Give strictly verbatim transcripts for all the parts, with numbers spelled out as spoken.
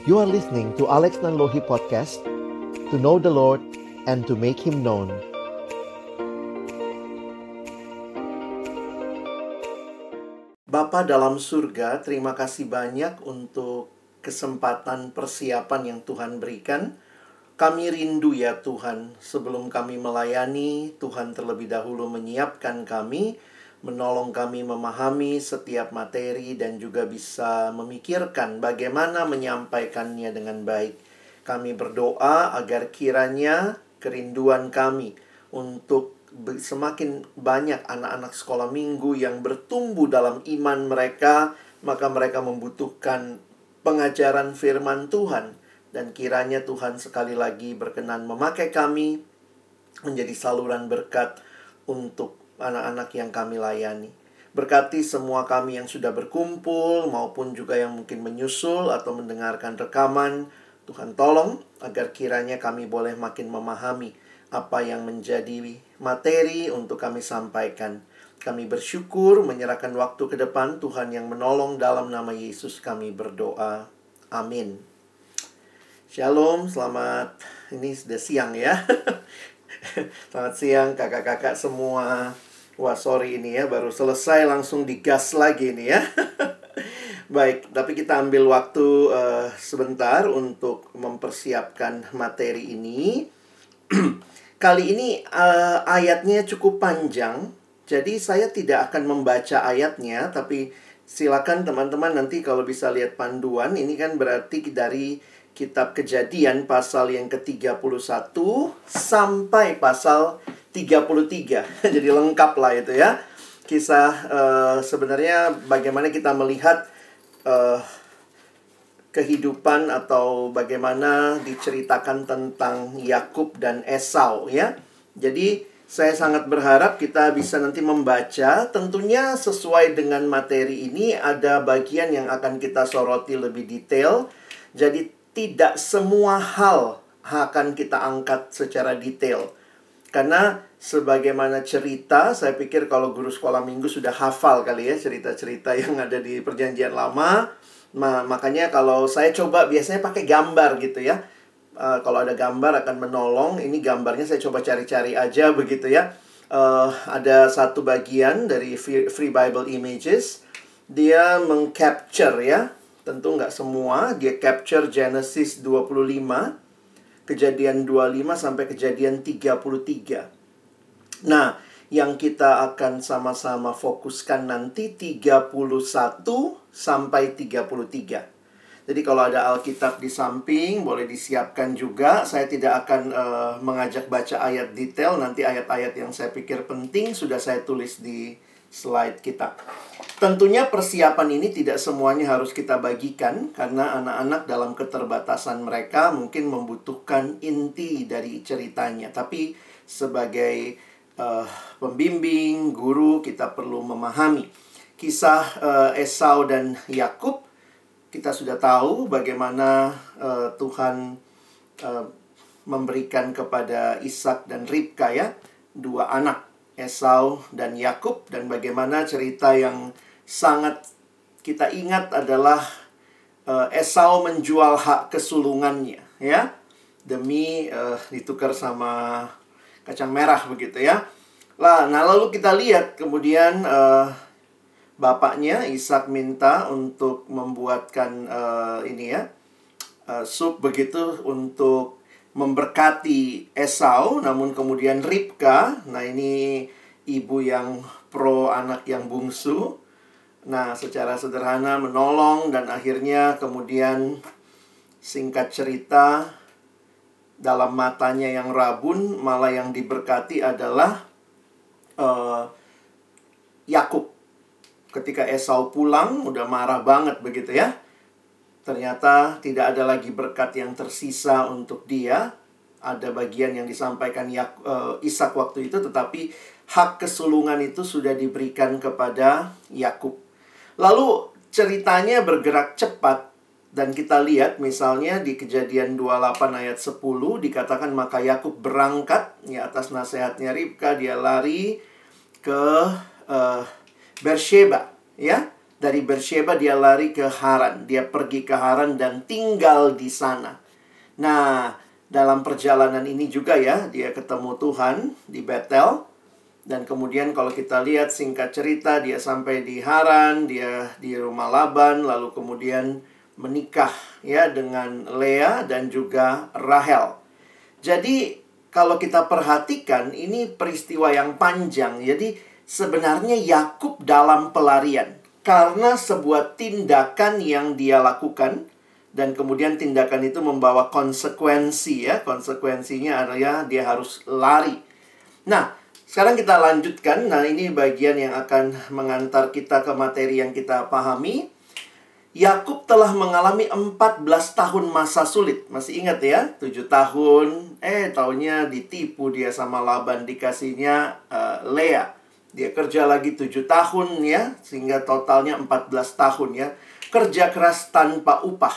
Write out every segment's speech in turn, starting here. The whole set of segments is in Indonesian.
You are listening to Alex Nanlohi Podcast, to know the Lord and to make Him known. Bapa dalam surga, terima kasih banyak untuk kesempatan persiapan yang Tuhan berikan. Kami rindu ya Tuhan, sebelum kami melayani, Tuhan terlebih dahulu menyiapkan kami, menolong kami memahami setiap materi dan juga bisa memikirkan bagaimana menyampaikannya dengan baik. Kami berdoa agar kiranya kerinduan kami untuk semakin banyak anak-anak sekolah minggu yang bertumbuh dalam iman mereka, maka mereka membutuhkan pengajaran firman Tuhan. Dan kiranya Tuhan sekali lagi berkenan memakai kami menjadi saluran berkat untuk anak-anak yang kami layani. Berkati semua kami yang sudah berkumpul maupun juga yang mungkin menyusul atau mendengarkan rekaman. Tuhan tolong agar kiranya kami boleh makin memahami apa yang menjadi materi untuk kami sampaikan. Kami bersyukur menyerahkan waktu ke depan. Tuhan yang menolong, dalam nama Yesus kami berdoa. Amin. Shalom, selamat. Ini sudah siang ya. Selamat siang kakak-kakak semua. Wah sorry ini ya, baru selesai langsung digas lagi nih ya. Baik, tapi kita ambil waktu uh, sebentar untuk mempersiapkan materi ini. Kali ini uh, ayatnya cukup panjang, jadi saya tidak akan membaca ayatnya, tapi silakan teman-teman nanti kalau bisa lihat panduan. Ini kan berarti dari Kitab Kejadian pasal yang ke tiga puluh satu sampai pasal tiga puluh tiga. Jadi lengkap lah itu ya. Kisah uh, sebenarnya bagaimana kita melihat uh, kehidupan atau bagaimana diceritakan tentang Yakub dan Esau ya. Jadi saya sangat berharap kita bisa nanti membaca. Tentunya sesuai dengan materi ini ada bagian yang akan kita soroti lebih detail. Jadi tidak semua hal akan kita angkat secara detail. Karena sebagaimana cerita, saya pikir kalau guru sekolah minggu sudah hafal kali ya cerita-cerita yang ada di Perjanjian Lama. Nah, makanya kalau saya coba biasanya pakai gambar gitu ya. Uh, kalau ada gambar akan menolong. Ini gambarnya saya coba cari-cari aja begitu ya. Uh, ada satu bagian dari Free Bible Images. Dia mengcapture ya. Tentu nggak semua. Dia capture Genesis dua puluh lima. Kejadian dua puluh lima sampai Kejadian tiga puluh tiga. Nah, yang kita akan sama-sama fokuskan nanti tiga puluh satu sampai tiga puluh tiga. Jadi kalau ada Alkitab di samping, boleh disiapkan juga. Saya tidak akan uh, mengajak baca ayat detail. Nanti ayat-ayat yang saya pikir penting sudah saya tulis di slide kita. Tentunya persiapan ini tidak semuanya harus kita bagikan, karena anak-anak dalam keterbatasan mereka mungkin membutuhkan inti dari ceritanya. Tapi sebagai uh, pembimbing, guru, kita perlu memahami kisah uh, Esau dan Yakub. Kita sudah tahu bagaimana uh, Tuhan uh, memberikan kepada Ishak dan Ribka ya, dua anak, Esau dan Yakub. Dan bagaimana cerita yang sangat kita ingat adalah uh, Esau menjual hak kesulungannya ya, demi uh, ditukar sama kacang merah begitu ya. Lah, nah lalu kita lihat kemudian uh, bapaknya Ishak minta untuk membuatkan uh, ini ya uh, sup begitu untuk memberkati Esau. Namun kemudian Ribka, nah ini ibu yang pro anak yang bungsu, nah secara sederhana menolong. Dan akhirnya kemudian singkat cerita, dalam matanya yang rabun, malah yang diberkati adalah uh, Yakub. Ketika Esau pulang, udah marah banget begitu ya. Ternyata tidak ada lagi berkat yang tersisa untuk dia. Ada bagian yang disampaikan Yak, uh, Ishak waktu itu, tetapi hak kesulungan itu sudah diberikan kepada Yakub. Lalu ceritanya bergerak cepat. Dan kita lihat misalnya di Kejadian dua puluh delapan ayat sepuluh dikatakan maka Yakub berangkat ya, atas nasihatnya Ribka, dia lari ke uh, Beersheba ya. Dari Bersheba dia lari ke Haran. Dia pergi ke Haran dan tinggal di sana. Nah, dalam perjalanan ini juga ya, dia ketemu Tuhan di Betel. Dan kemudian kalau kita lihat singkat cerita, dia sampai di Haran, dia di rumah Laban, lalu kemudian menikah ya dengan Lea dan juga Rahel. Jadi kalau kita perhatikan, ini peristiwa yang panjang. Jadi sebenarnya Yakub dalam pelarian karena sebuah tindakan yang dia lakukan, dan kemudian tindakan itu membawa konsekuensi ya. Konsekuensinya adalah dia harus lari. Nah, sekarang kita lanjutkan. Nah, ini bagian yang akan mengantar kita ke materi yang kita pahami. Yakub telah mengalami empat belas tahun masa sulit. Masih ingat ya? tujuh tahun. Eh, taunya ditipu dia sama Laban, dikasihnya uh, Lea. Dia kerja lagi tujuh tahun ya. Sehingga totalnya empat belas tahun ya. Kerja keras tanpa upah.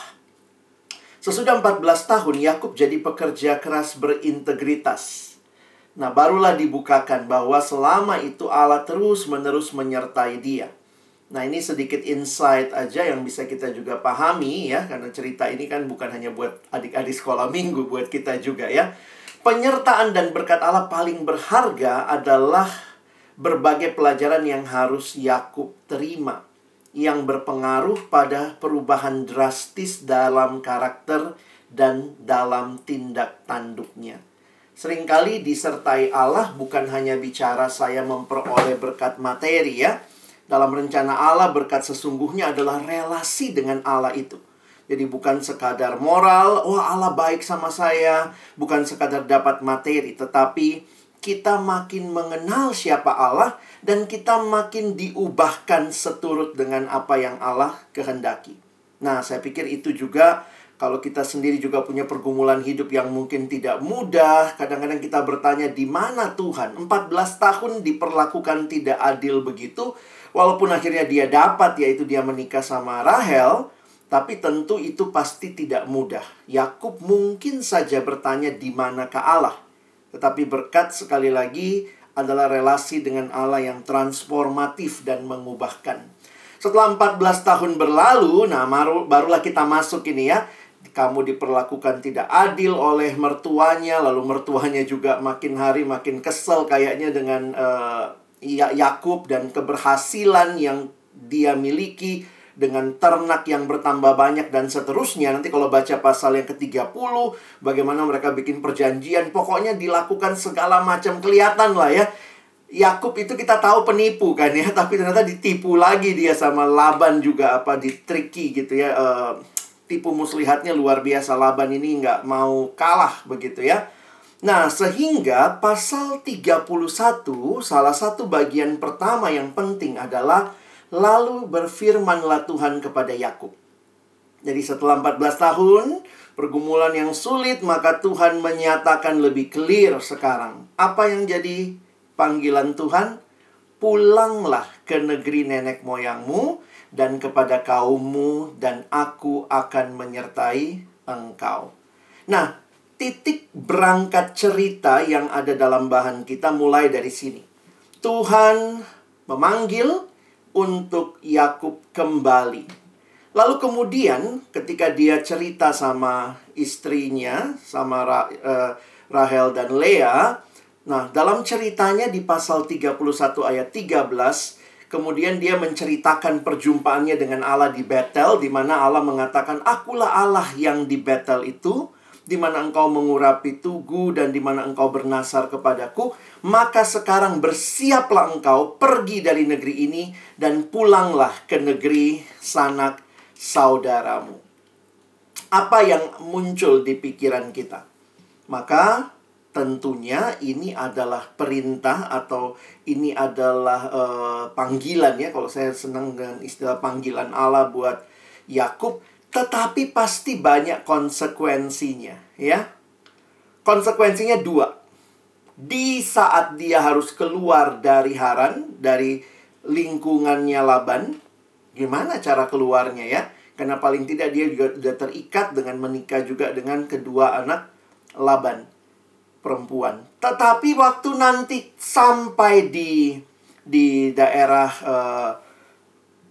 Sesudah empat belas tahun, Yakub jadi pekerja keras berintegritas. Nah, barulah dibukakan bahwa selama itu Allah terus-menerus menyertai dia. Nah, ini sedikit insight aja yang bisa kita juga pahami ya. Karena cerita ini kan bukan hanya buat adik-adik sekolah minggu, buat kita juga ya. Penyertaan dan berkat Allah paling berharga adalah berbagai pelajaran yang harus Yakub terima, yang berpengaruh pada perubahan drastis dalam karakter dan dalam tindak tanduknya. Seringkali disertai Allah bukan hanya bicara saya memperoleh berkat materi ya. Dalam rencana Allah, berkat sesungguhnya adalah relasi dengan Allah itu. Jadi bukan sekadar moral, wah Allah baik sama saya, bukan sekadar dapat materi, tetapi kita makin mengenal siapa Allah dan kita makin diubahkan seturut dengan apa yang Allah kehendaki. Nah, saya pikir itu juga kalau kita sendiri juga punya pergumulan hidup yang mungkin tidak mudah. Kadang-kadang kita bertanya, di mana Tuhan? empat belas tahun diperlakukan tidak adil begitu. Walaupun akhirnya dia dapat, yaitu dia menikah sama Rahel. Tapi tentu itu pasti tidak mudah. Yakub mungkin saja bertanya, di manakah Allah? Tetapi berkat sekali lagi adalah relasi dengan Allah yang transformatif dan mengubahkan. Setelah empat belas tahun berlalu, nah barulah kita masuk ini ya. Kamu diperlakukan tidak adil oleh mertuanya, lalu mertuanya juga makin hari makin kesel kayaknya dengan uh, Yakub dan keberhasilan yang dia miliki dengan ternak yang bertambah banyak dan seterusnya. Nanti kalau baca pasal yang ke tiga puluh, bagaimana mereka bikin perjanjian, pokoknya dilakukan segala macam, kelihatan lah ya. Yakub itu kita tahu penipu kan ya, tapi ternyata ditipu lagi dia sama Laban juga, apa ditriki gitu ya. Uh, tipu muslihatnya luar biasa. Laban ini nggak mau kalah begitu ya. Nah, sehingga pasal tiga puluh satu, salah satu bagian pertama yang penting adalah lalu berfirmanlah Tuhan kepada Yakub. Jadi setelah empat belas tahun pergumulan yang sulit, maka Tuhan menyatakan lebih clear sekarang. Apa yang jadi panggilan Tuhan? Pulanglah ke negeri nenek moyangmu dan kepada kaummu, dan aku akan menyertai engkau. Nah, titik berangkat cerita yang ada dalam bahan kita mulai dari sini. Tuhan memanggil untuk Yakub kembali. Lalu kemudian ketika dia cerita sama istrinya, sama Ra, uh, Rahel dan Lea, nah dalam ceritanya di pasal tiga puluh satu ayat tiga belas, kemudian dia menceritakan perjumpaannya dengan Allah di Betel, di mana Allah mengatakan, akulah Allah yang di Betel itu, di mana engkau mengurapi tugu dan di mana engkau bernasar kepadaku, maka sekarang bersiaplah engkau pergi dari negeri ini dan pulanglah ke negeri sanak saudaramu. Apa yang muncul di pikiran kita? Maka tentunya ini adalah perintah atau ini adalah uh, panggilan ya. Kalau saya senang dengan istilah panggilan Allah buat Yakub. Tetapi pasti banyak konsekuensinya, ya. Konsekuensinya dua. Di saat dia harus keluar dari Haran, dari lingkungannya Laban, gimana cara keluarnya ya? Karena paling tidak dia juga sudah terikat dengan menikah juga dengan kedua anak Laban, perempuan. Tetapi waktu nanti sampai di di daerah uh,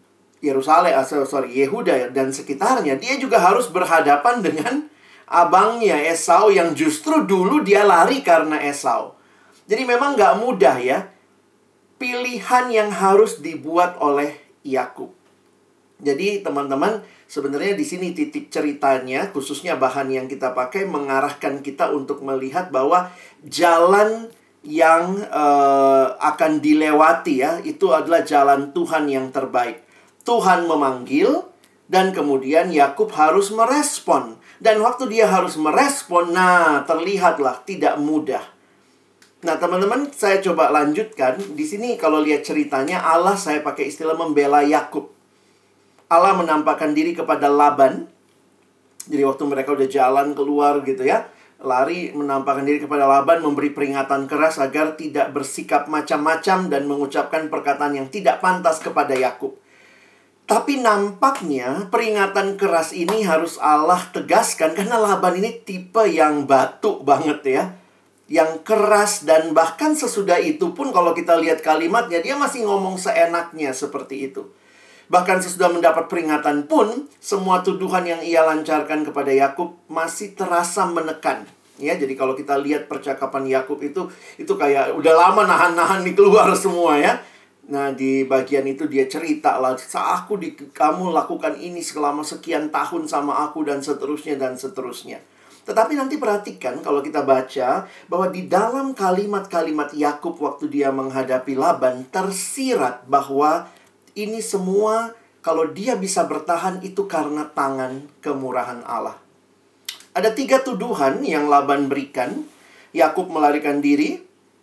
Yerusalem, sorry, Yehuda dan sekitarnya, dia juga harus berhadapan dengan abangnya Esau yang justru dulu dia lari karena Esau. Jadi memang nggak mudah ya. Pilihan yang harus dibuat oleh Yakub. Jadi teman-teman, sebenarnya di sini titik ceritanya, khususnya bahan yang kita pakai mengarahkan kita untuk melihat bahwa jalan yang uh, akan dilewati ya, itu adalah jalan Tuhan yang terbaik. Tuhan memanggil dan kemudian Yakub harus merespon. Dan waktu dia harus merespon, nah terlihatlah tidak mudah. Nah, teman-teman, saya coba lanjutkan. Di sini kalau lihat ceritanya, Allah, saya pakai istilah membela Yakub. Allah menampakkan diri kepada Laban. Jadi waktu mereka udah jalan keluar gitu ya, lari, menampakkan diri kepada Laban, memberi peringatan keras agar tidak bersikap macam-macam dan mengucapkan perkataan yang tidak pantas kepada Yakub. Tapi nampaknya peringatan keras ini harus Allah tegaskan karena Laban ini tipe yang batu banget ya. Yang keras, dan bahkan sesudah itu pun kalau kita lihat kalimatnya, dia masih ngomong seenaknya seperti itu. Bahkan sesudah mendapat peringatan pun, semua tuduhan yang ia lancarkan kepada Yakub masih terasa menekan. Ya, jadi kalau kita lihat percakapan Yakub itu, itu kayak udah lama nahan-nahan nih keluar semua ya. Nah, di bagian itu dia cerita lah, aku di, kamu lakukan ini selama sekian tahun sama aku dan seterusnya dan seterusnya. Tetapi nanti perhatikan kalau kita baca bahwa di dalam kalimat-kalimat Yakub waktu dia menghadapi Laban tersirat bahwa ini semua kalau dia bisa bertahan itu karena tangan kemurahan Allah. Ada tiga tuduhan yang Laban berikan. Yakub melarikan diri.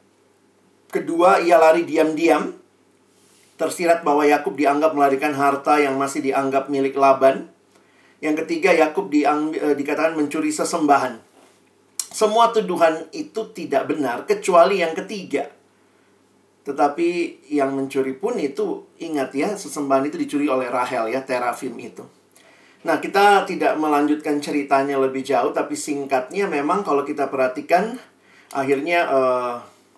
Kedua, ia lari diam-diam. Tersirat bahwa Yakub dianggap melarikan harta yang masih dianggap milik Laban. Yang ketiga, Yakub dikatakan mencuri sesembahan. Semua tuduhan itu tidak benar, kecuali yang ketiga. Tetapi yang mencuri pun itu, ingat ya, sesembahan itu dicuri oleh Rahel ya, terafim itu. Nah, kita tidak melanjutkan ceritanya lebih jauh, tapi singkatnya memang kalau kita perhatikan, akhirnya uh,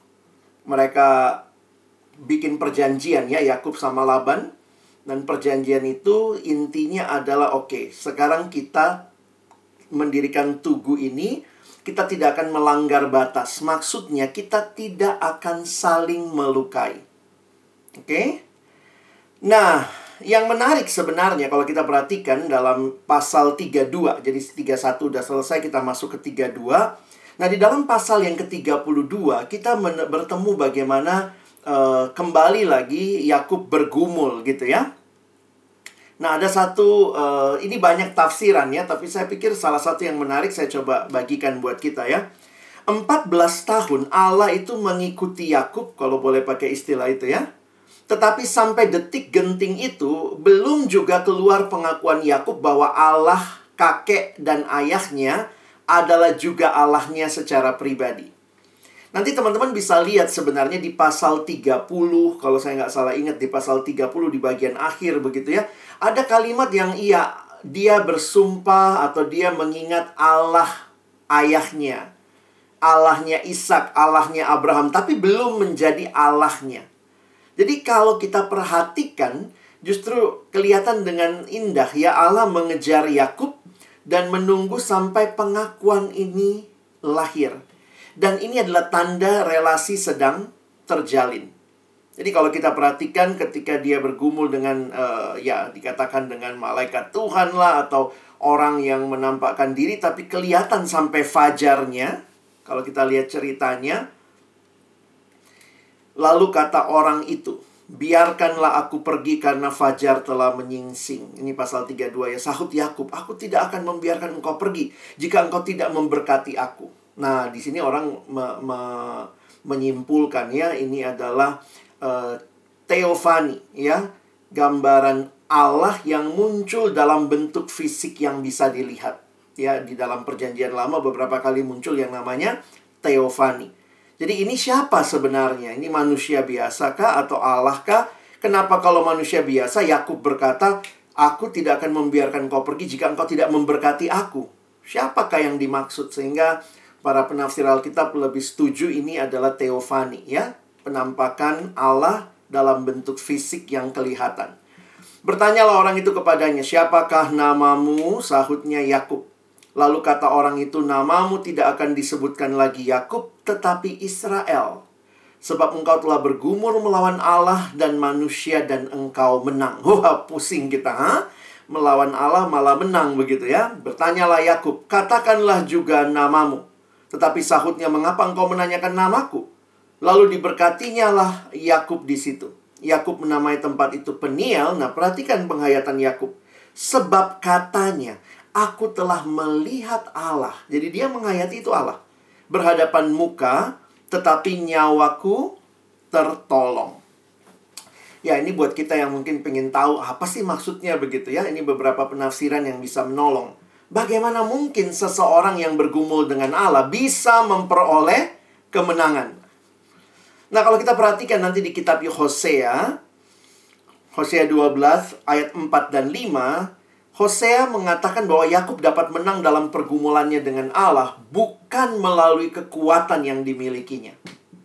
mereka bikin perjanjian ya, Yakub sama Laban. Dan perjanjian itu intinya adalah oke, okay, sekarang kita mendirikan tugu ini, kita tidak akan melanggar batas. Maksudnya kita tidak akan saling melukai. Oke? Okay? Nah, yang menarik sebenarnya kalau kita perhatikan dalam pasal tiga puluh dua. Jadi tiga puluh satu udah selesai, kita masuk ke tiga puluh dua. Nah, di dalam pasal yang ke tiga puluh dua, kita bertemu bagaimana Uh, kembali lagi Yakub bergumul gitu ya. Nah, ada satu uh, ini banyak tafsiran ya, tapi saya pikir salah satu yang menarik saya coba bagikan buat kita ya. empat belas tahun Allah itu mengikuti Yakub, kalau boleh pakai istilah itu ya. Tetapi sampai detik genting itu belum juga keluar pengakuan Yakub bahwa Allah kakek dan ayahnya adalah juga Allahnya secara pribadi. Nanti teman-teman bisa lihat sebenarnya di pasal tiga puluh, kalau saya nggak salah ingat di pasal tiga puluh di bagian akhir begitu ya. Ada kalimat yang ia, dia bersumpah atau dia mengingat Allah ayahnya. Allahnya Ishak, Allahnya Abraham, tapi belum menjadi Allahnya. Jadi kalau kita perhatikan, justru kelihatan dengan indah ya, Allah mengejar Yakub dan menunggu sampai pengakuan ini lahir. Dan ini adalah tanda relasi sedang terjalin. Jadi kalau kita perhatikan ketika dia bergumul dengan, uh, ya dikatakan dengan malaikat Tuhan lah, atau orang yang menampakkan diri, tapi kelihatan sampai fajarnya. Kalau kita lihat ceritanya, lalu kata orang itu, biarkanlah aku pergi karena fajar telah menyingsing. Ini pasal tiga puluh dua ya. Sahut Yakub, aku tidak akan membiarkan engkau pergi jika engkau tidak memberkati aku. Nah, di sini orang me me menyimpulkan ya, ini adalah uh, teofani ya, gambaran Allah yang muncul dalam bentuk fisik yang bisa dilihat. Ya, di dalam perjanjian lama beberapa kali muncul yang namanya teofani. Jadi ini siapa sebenarnya? Ini manusia biasa kah atau Allah kah? Kenapa kalau manusia biasa Yakub berkata, aku tidak akan membiarkan kau pergi jika engkau tidak memberkati aku. Siapakah yang dimaksud? Sehingga para penafsir Alkitab lebih setuju ini adalah teofani ya, penampakan Allah dalam bentuk fisik yang kelihatan. Bertanyalah orang itu kepadanya, "Siapakah namamu?" Sahutnya, "Yakub." Lalu kata orang itu, "Namamu tidak akan disebutkan lagi Yakub, tetapi Israel. Sebab engkau telah bergumul melawan Allah dan manusia dan engkau menang." Wah, pusing kita, ha? Melawan Allah malah menang begitu ya. Bertanyalah Yakub, "Katakanlah juga namamu." Tetapi sahutnya, "Mengapa engkau menanyakan namaku?" Lalu diberkatinya lah Yakub di situ. Yakub menamai tempat itu Peniel. Nah, perhatikan penghayatan Yakub. Sebab katanya, "Aku telah melihat Allah." Jadi dia menghayati itu Allah. Berhadapan muka, tetapi nyawaku tertolong. Ya, ini buat kita yang mungkin pengen tahu apa sih maksudnya begitu ya. Ini beberapa penafsiran yang bisa menolong. Bagaimana mungkin seseorang yang bergumul dengan Allah bisa memperoleh kemenangan? Nah, kalau kita perhatikan nanti di kitab Hosea, Hosea dua belas ayat empat dan lima, Hosea mengatakan bahwa Yakub dapat menang dalam pergumulannya dengan Allah bukan melalui kekuatan yang dimilikinya,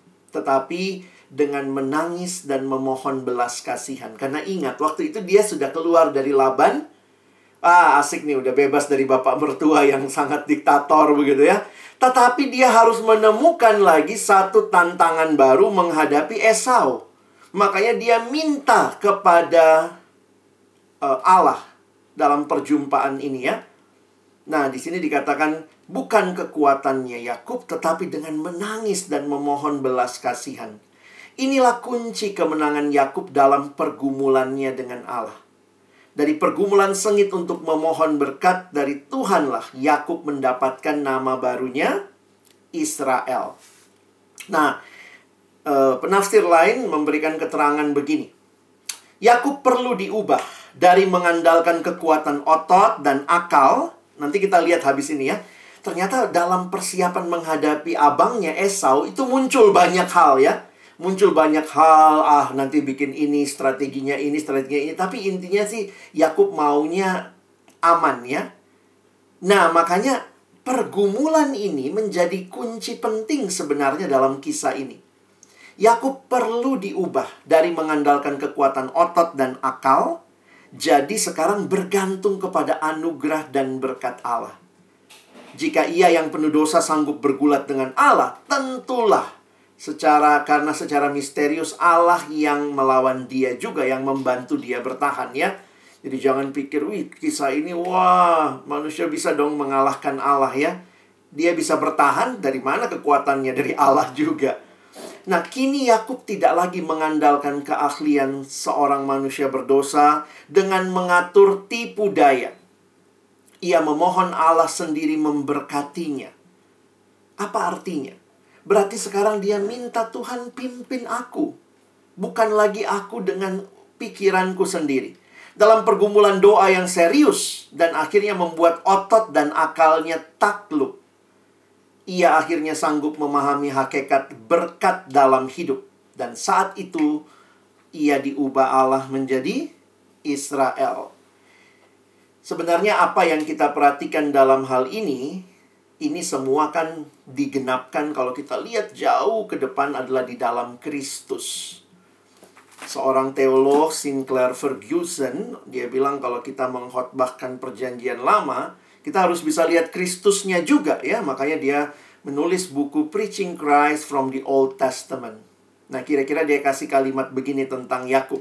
tetapi dengan menangis dan memohon belas kasihan. Karena ingat, waktu itu dia sudah keluar dari Laban. Ah, asik nih, udah bebas dari bapak mertua yang sangat diktator begitu ya. Tetapi dia harus menemukan lagi satu tantangan baru menghadapi Esau. Makanya dia minta kepada uh, Allah dalam perjumpaan ini ya. Nah, di sini dikatakan bukan kekuatannya Yakub, tetapi dengan menangis dan memohon belas kasihan. Inilah kunci kemenangan Yakub dalam pergumulannya dengan Allah. Dari pergumulan sengit untuk memohon berkat dari Tuhanlah Yakub mendapatkan nama barunya Israel. Nah, e, penafsir lain memberikan keterangan begini. Yakub perlu diubah dari mengandalkan kekuatan otot dan akal. Nanti kita lihat habis ini ya. Ternyata dalam persiapan menghadapi abangnya Esau itu muncul banyak hal ya. Muncul banyak hal, ah nanti bikin ini, strateginya ini, strateginya ini. Tapi intinya sih Yakub maunya aman ya. Nah, makanya pergumulan ini menjadi kunci penting sebenarnya dalam kisah ini. Yakub perlu diubah dari mengandalkan kekuatan otot dan akal, jadi sekarang bergantung kepada anugerah dan berkat Allah. Jika ia yang penuh dosa sanggup bergulat dengan Allah, tentulah Secara karena secara misterius Allah yang melawan dia juga, yang membantu dia bertahan ya. Jadi jangan pikir, wih kisah ini wah manusia bisa dong mengalahkan Allah ya. Dia bisa bertahan, dari mana kekuatannya? Dari Allah juga. Nah, kini Yakub tidak lagi mengandalkan keahlian seorang manusia berdosa dengan mengatur tipu daya. Ia memohon Allah sendiri memberkatinya. Apa artinya? Berarti sekarang dia minta, Tuhan pimpin aku. Bukan lagi aku dengan pikiranku sendiri. Dalam pergumulan doa yang serius dan akhirnya membuat otot dan akalnya takluk. Ia akhirnya sanggup memahami hakikat berkat dalam hidup. Dan saat itu ia diubah Allah menjadi Israel. Sebenarnya apa yang kita perhatikan dalam hal ini, ini semua kan digenapkan kalau kita lihat jauh ke depan adalah di dalam Kristus. Seorang teolog, Sinclair Ferguson, dia bilang kalau kita mengkhotbahkan perjanjian lama, kita harus bisa lihat Kristusnya juga ya. Makanya dia menulis buku Preaching Christ from the Old Testament. Nah, kira-kira dia kasih kalimat begini tentang Yakub.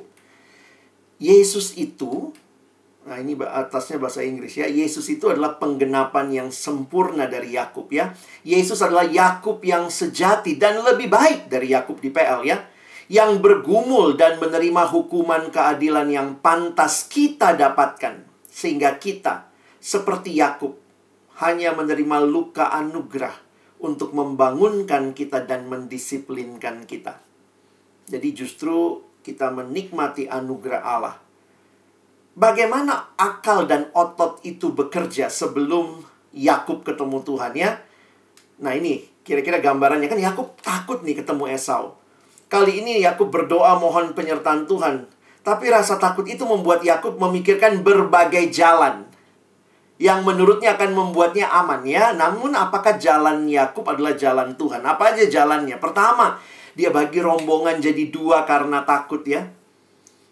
Yesus itu, nah ini atasnya bahasa Inggris ya. Yesus itu adalah penggenapan yang sempurna dari Yakub ya. Yesus adalah Yakub yang sejati dan lebih baik dari Yakub di P L ya. Yang bergumul dan menerima hukuman keadilan yang pantas kita dapatkan. Sehingga kita seperti Yakub hanya menerima luka anugerah untuk membangunkan kita dan mendisiplinkan kita. Jadi justru kita menikmati anugerah Allah. Bagaimana akal dan otot itu bekerja sebelum Yakub ketemu Tuhan ya? Nah ini kira-kira gambarannya kan Yakub takut nih ketemu Esau. Kali ini Yakub berdoa mohon penyertaan Tuhan. Tapi rasa takut itu membuat Yakub memikirkan berbagai jalan yang menurutnya akan membuatnya aman ya. Namun apakah jalan Yakub adalah jalan Tuhan? Apa aja jalannya? Pertama, dia bagi rombongan jadi dua karena takut ya.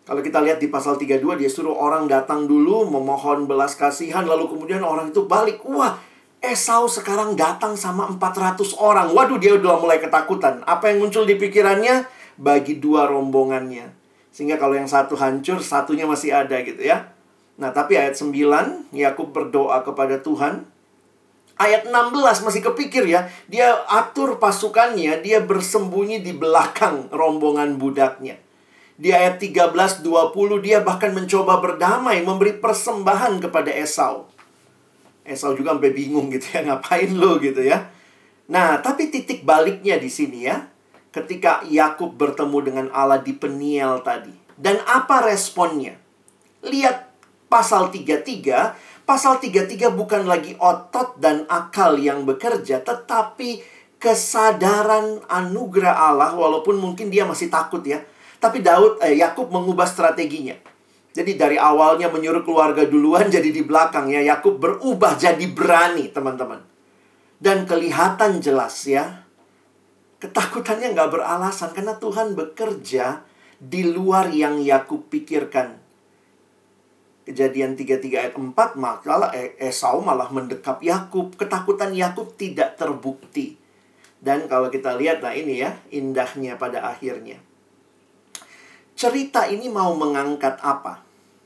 Kalau kita lihat di pasal tiga puluh dua, dia suruh orang datang dulu memohon belas kasihan, lalu kemudian orang itu balik. Wah, Esau sekarang datang sama empat ratus orang. Waduh, dia udah mulai ketakutan. Apa yang muncul di pikirannya? Bagi dua rombongannya. Sehingga kalau yang satu hancur, satunya masih ada gitu ya. Nah, tapi ayat sembilan, Yakub berdoa kepada Tuhan. Ayat enam belas masih kepikir ya. Dia atur pasukannya, dia bersembunyi di belakang rombongan budaknya. Di ayat tiga belas dua puluh dia bahkan mencoba berdamai, memberi persembahan kepada Esau. Esau juga sampai bingung gitu ya, ngapain lo gitu ya. Nah, tapi titik baliknya di sini ya. Ketika Yakub bertemu dengan Allah di Peniel tadi. Dan apa responnya? Lihat pasal tiga puluh tiga. Pasal tiga puluh tiga bukan lagi otot dan akal yang bekerja, tetapi kesadaran anugerah Allah, walaupun mungkin dia masih takut ya. Tapi Daud, eh, Yakub mengubah strateginya. Jadi dari awalnya menyuruh keluarga duluan, jadi di belakang ya. Yakub berubah jadi berani, teman-teman. Dan kelihatan jelas ya. Ketakutannya nggak beralasan, karena Tuhan bekerja di luar yang Yakub pikirkan. Kejadian tiga puluh tiga ayat empat, maka Esau malah mendekap Yakub. Ketakutan Yakub tidak terbukti. Dan kalau kita lihat, nah ini ya, indahnya pada akhirnya. Cerita ini mau mengangkat apa?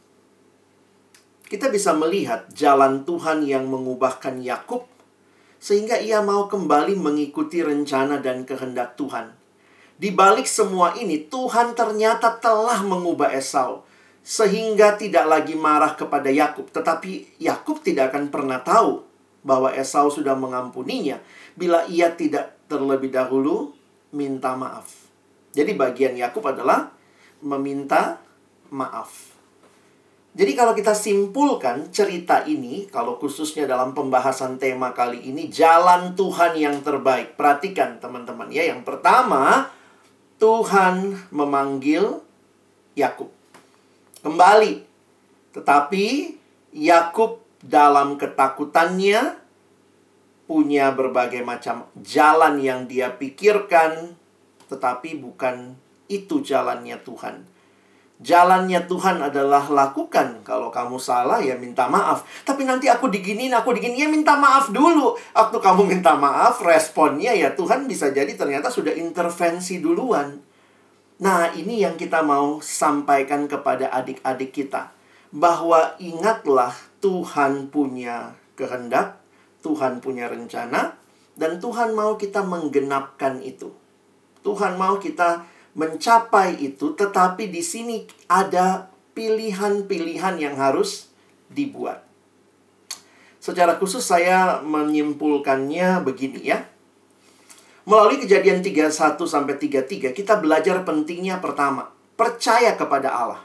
Kita bisa melihat jalan Tuhan yang mengubahkan Yakub, sehingga ia mau kembali mengikuti rencana dan kehendak Tuhan. Di balik semua ini, Tuhan ternyata telah mengubah Esau, sehingga tidak lagi marah kepada Yakub. Tetapi Yakub tidak akan pernah tahu bahwa Esau sudah mengampuninya bila ia tidak terlebih dahulu minta maaf. Jadi bagian Yakub adalah meminta maaf. Jadi kalau kita simpulkan cerita ini, kalau khususnya dalam pembahasan tema kali ini, jalan Tuhan yang terbaik. Perhatikan teman-teman ya. Yang pertama, Tuhan memanggil Yakub kembali. Tetapi Yakub dalam ketakutannya punya berbagai macam jalan yang dia pikirkan, tetapi bukan itu jalannya Tuhan. Jalannya Tuhan adalah lakukan. Kalau kamu salah ya minta maaf. Tapi nanti aku diginiin, aku diginiin, ya minta maaf dulu. Waktu kamu minta maaf, responnya ya Tuhan bisa jadi ternyata sudah intervensi duluan. Nah, ini yang kita mau sampaikan kepada adik-adik kita. Bahwa ingatlah Tuhan punya kehendak, Tuhan punya rencana, dan Tuhan mau kita menggenapkan itu. Tuhan mau kita mencapai itu, tetapi di sini ada pilihan-pilihan yang harus dibuat. Secara khusus saya menyimpulkannya begini ya. Melalui Kejadian tiga puluh satu sampai tiga puluh tiga, kita belajar pentingnya pertama, percaya kepada Allah.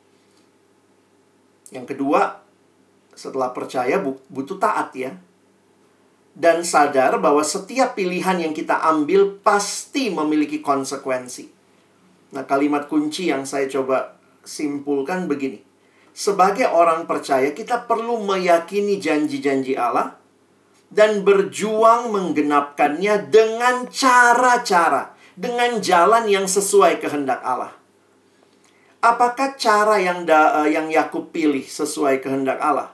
Yang kedua, setelah percaya butuh taat ya. Dan sadar bahwa setiap pilihan yang kita ambil pasti memiliki konsekuensi. Nah, kalimat kunci yang saya coba simpulkan begini. Sebagai orang percaya, kita perlu meyakini janji-janji Allah dan berjuang menggenapkannya dengan cara-cara, dengan jalan yang sesuai kehendak Allah. Apakah cara yang da, yang Yakub pilih sesuai kehendak Allah?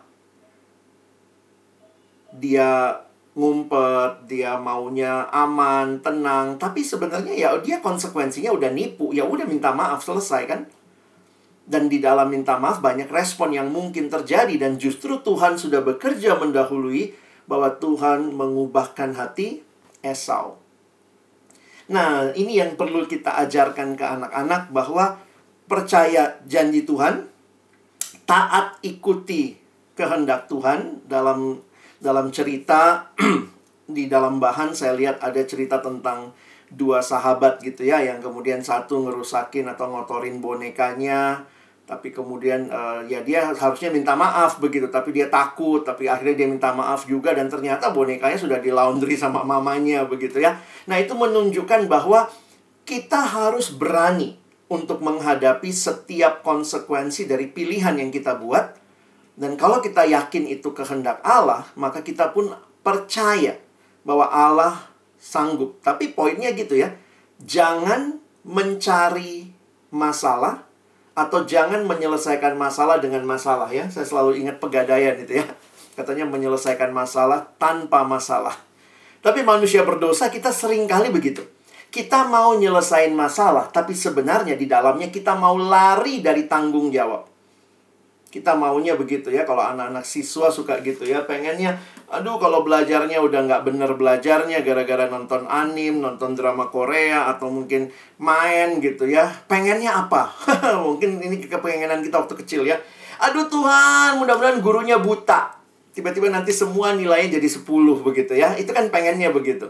Dia ngumpet, dia maunya aman, tenang, tapi sebenarnya ya dia konsekuensinya udah nipu, ya udah minta maaf, selesai kan? Dan di dalam minta maaf banyak respon yang mungkin terjadi, dan justru Tuhan sudah bekerja mendahului bahwa Tuhan mengubahkan hati Esau. Nah, ini yang perlu kita ajarkan ke anak-anak, bahwa percaya janji Tuhan, taat ikuti kehendak Tuhan. Dalam Dalam cerita, di dalam bahan saya lihat ada cerita tentang dua sahabat gitu ya, yang kemudian satu ngerusakin atau ngotorin bonekanya, tapi kemudian uh, ya dia harusnya minta maaf begitu, tapi dia takut, tapi akhirnya dia minta maaf juga, dan ternyata bonekanya sudah di laundry sama mamanya begitu ya. Nah, itu menunjukkan bahwa kita harus berani untuk menghadapi setiap konsekuensi dari pilihan yang kita buat. Dan kalau kita yakin itu kehendak Allah, maka kita pun percaya bahwa Allah sanggup. Tapi poinnya gitu ya, jangan mencari masalah Atau jangan menyelesaikan masalah dengan masalah ya. Saya selalu ingat Pegadaian itu ya. Katanya menyelesaikan masalah tanpa masalah. Tapi manusia berdosa kita sering kali begitu. Kita mau nyelesain masalah, tapi sebenarnya di dalamnya kita mau lari dari tanggung jawab. Kita maunya begitu ya, kalau anak-anak siswa suka gitu ya, pengennya, aduh kalau belajarnya udah nggak bener belajarnya gara-gara nonton anim, nonton drama Korea, atau mungkin main gitu ya. Pengennya apa? Mungkin ini kepengenan kita waktu kecil ya. Aduh Tuhan, mudah-mudahan gurunya buta. Tiba-tiba nanti semua nilainya jadi sepuluh begitu ya. Itu kan pengennya begitu.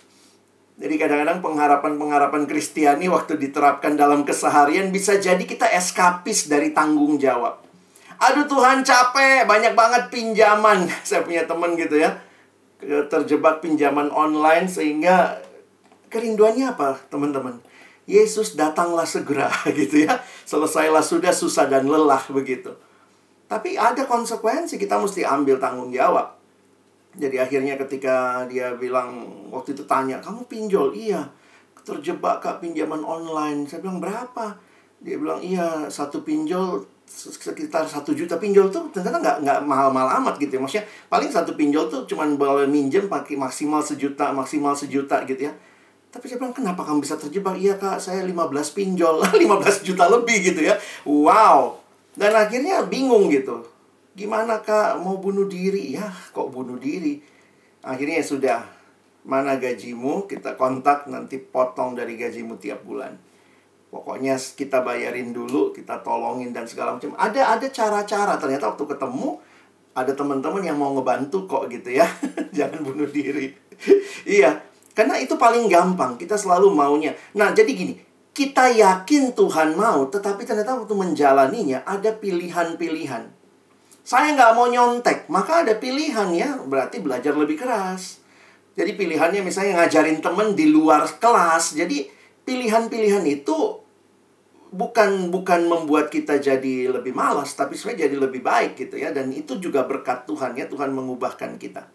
Jadi kadang-kadang pengharapan-pengharapan Kristiani waktu diterapkan dalam keseharian bisa jadi kita eskapis dari tanggung jawab. Aduh Tuhan capek, banyak banget pinjaman. Saya punya teman gitu ya, terjebak pinjaman online sehingga kerinduannya apa teman-teman? Yesus datanglah segera gitu ya. Selesailah sudah susah dan lelah begitu. Tapi ada konsekuensi, kita mesti ambil tanggung jawab. Jadi akhirnya ketika dia bilang, waktu itu tanya, kamu pinjol? Iya, terjebak kak pinjaman online. Saya bilang berapa? Dia bilang iya, satu pinjol sekitar satu juta. Pinjol tuh ternyata nggak nggak mahal-mahal amat gitu ya. Maksudnya paling satu pinjol tuh cuman boleh minjem pakai maksimal sejuta, maksimal sejuta gitu ya. Tapi saya bilang kenapa kamu bisa terjebak? Iya kak, saya lima belas pinjol, lima belas juta lebih gitu ya. Wow. Dan akhirnya bingung gitu. Gimana kak, mau bunuh diri? Ya, kok bunuh diri? Akhirnya ya sudah, mana gajimu? Kita kontak, nanti potong dari gajimu tiap bulan. Pokoknya kita bayarin dulu, kita tolongin dan segala macam. Ada ada cara-cara. Ternyata waktu ketemu, ada teman-teman yang mau ngebantu kok gitu ya. Jangan bunuh diri. Iya, karena itu paling gampang. Kita selalu maunya. Nah, jadi gini. Kita yakin Tuhan mau, tetapi ternyata waktu menjalaninya ada pilihan-pilihan. Saya nggak mau nyontek, maka ada pilihan ya. Berarti belajar lebih keras. Jadi pilihannya misalnya ngajarin temen di luar kelas. Jadi pilihan-pilihan itu bukan bukan membuat kita jadi lebih malas, tapi sebenarnya jadi lebih baik gitu ya. Dan itu juga berkat Tuhan ya, Tuhan mengubahkan kita.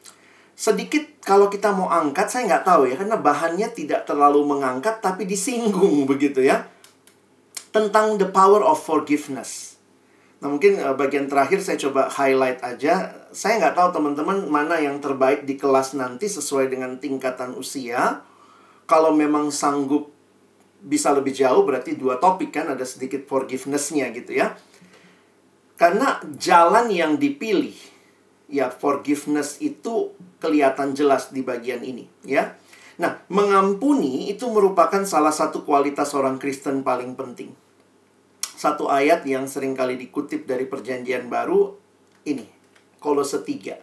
Sedikit kalau kita mau angkat, saya nggak tahu ya, karena bahannya tidak terlalu mengangkat, tapi disinggung begitu ya. Tentang the power of forgiveness. Nah mungkin uh, bagian terakhir saya coba highlight aja. Saya nggak tahu teman-teman mana yang terbaik di kelas nanti sesuai dengan tingkatan usia. Kalau memang sanggup bisa lebih jauh, berarti dua topik kan, ada sedikit forgiveness-nya gitu ya. Karena jalan yang dipilih, ya forgiveness itu kelihatan jelas di bagian ini ya. Nah, mengampuni itu merupakan salah satu kualitas orang Kristen paling penting. Satu ayat yang sering kali dikutip dari Perjanjian Baru ini, Kolose tiga.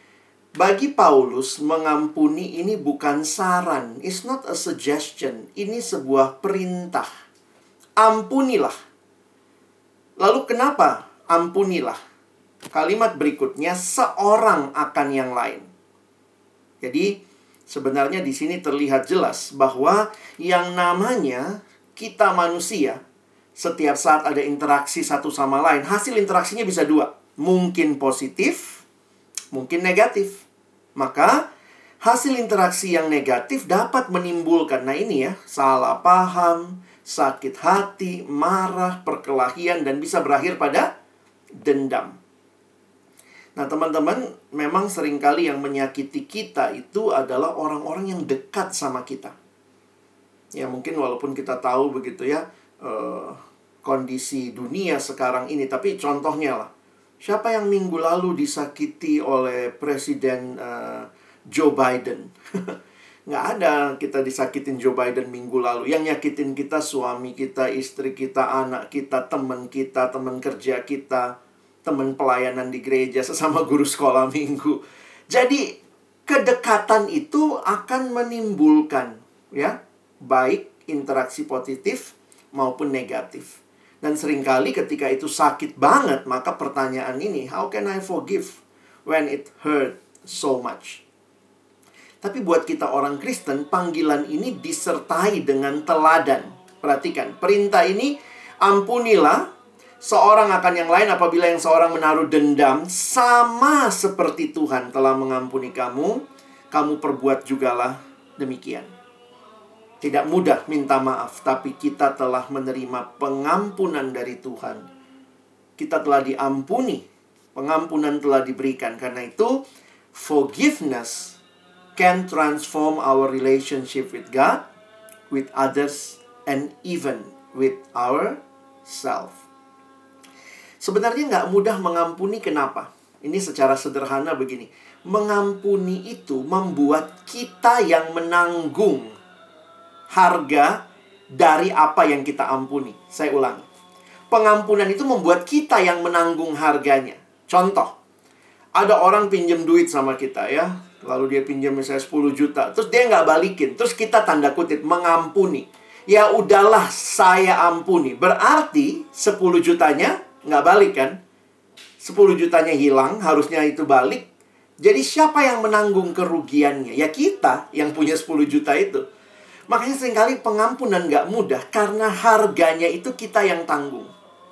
Bagi Paulus, mengampuni ini bukan saran, it's not a suggestion, ini sebuah perintah. Ampunilah. Lalu kenapa ampunilah? Kalimat berikutnya, seorang akan yang lain. Jadi, sebenarnya di sini terlihat jelas bahwa yang namanya kita manusia, setiap saat ada interaksi satu sama lain, hasil interaksinya bisa dua. Mungkin positif, mungkin negatif. Maka, hasil interaksi yang negatif dapat menimbulkan, nah ini ya, salah paham, sakit hati, marah, perkelahian, dan bisa berakhir pada dendam. Nah teman-teman, memang seringkali yang menyakiti kita itu adalah orang-orang yang dekat sama kita. Ya mungkin walaupun kita tahu begitu ya, uh, kondisi dunia sekarang ini. Tapi contohnya lah, siapa yang minggu lalu disakiti oleh Presiden uh, Joe Biden? Nggak ada kita disakitin Joe Biden minggu lalu. Yang nyakitin kita suami kita, istri kita, anak kita, teman kita, teman kerja kita, teman pelayanan di gereja, sesama guru sekolah minggu. Jadi kedekatan itu akan menimbulkan ya, baik interaksi positif maupun negatif. Dan seringkali ketika itu sakit banget, maka pertanyaan ini, how can I forgive when it hurt so much? Tapi buat kita orang Kristen, panggilan ini disertai dengan teladan. Perhatikan, perintah ini, ampunilah seorang akan yang lain apabila yang seorang menaruh dendam, sama seperti Tuhan telah mengampuni kamu, kamu perbuat jugalah demikian. Tidak mudah minta maaf, tapi kita telah menerima pengampunan dari Tuhan. Kita telah diampuni, pengampunan telah diberikan. Karena itu, forgiveness can transform our relationship with God, with others, and even with ourselves. Sebenarnya nggak mudah mengampuni, kenapa? Ini secara sederhana begini. Mengampuni itu membuat kita yang menanggung harga dari apa yang kita ampuni. Saya ulangi. Pengampunan itu membuat kita yang menanggung harganya. Contoh, ada orang pinjam duit sama kita ya. Lalu dia pinjam misalnya sepuluh juta. Terus dia nggak balikin. Terus kita tanda kutip mengampuni. Ya udahlah, saya ampuni. Berarti sepuluh jutanya nggak balik kan? sepuluh jutanya hilang, harusnya itu balik. Jadi siapa yang menanggung kerugiannya? Ya kita yang punya sepuluh juta itu. Makanya seringkali pengampunan nggak mudah karena harganya itu kita yang tanggung.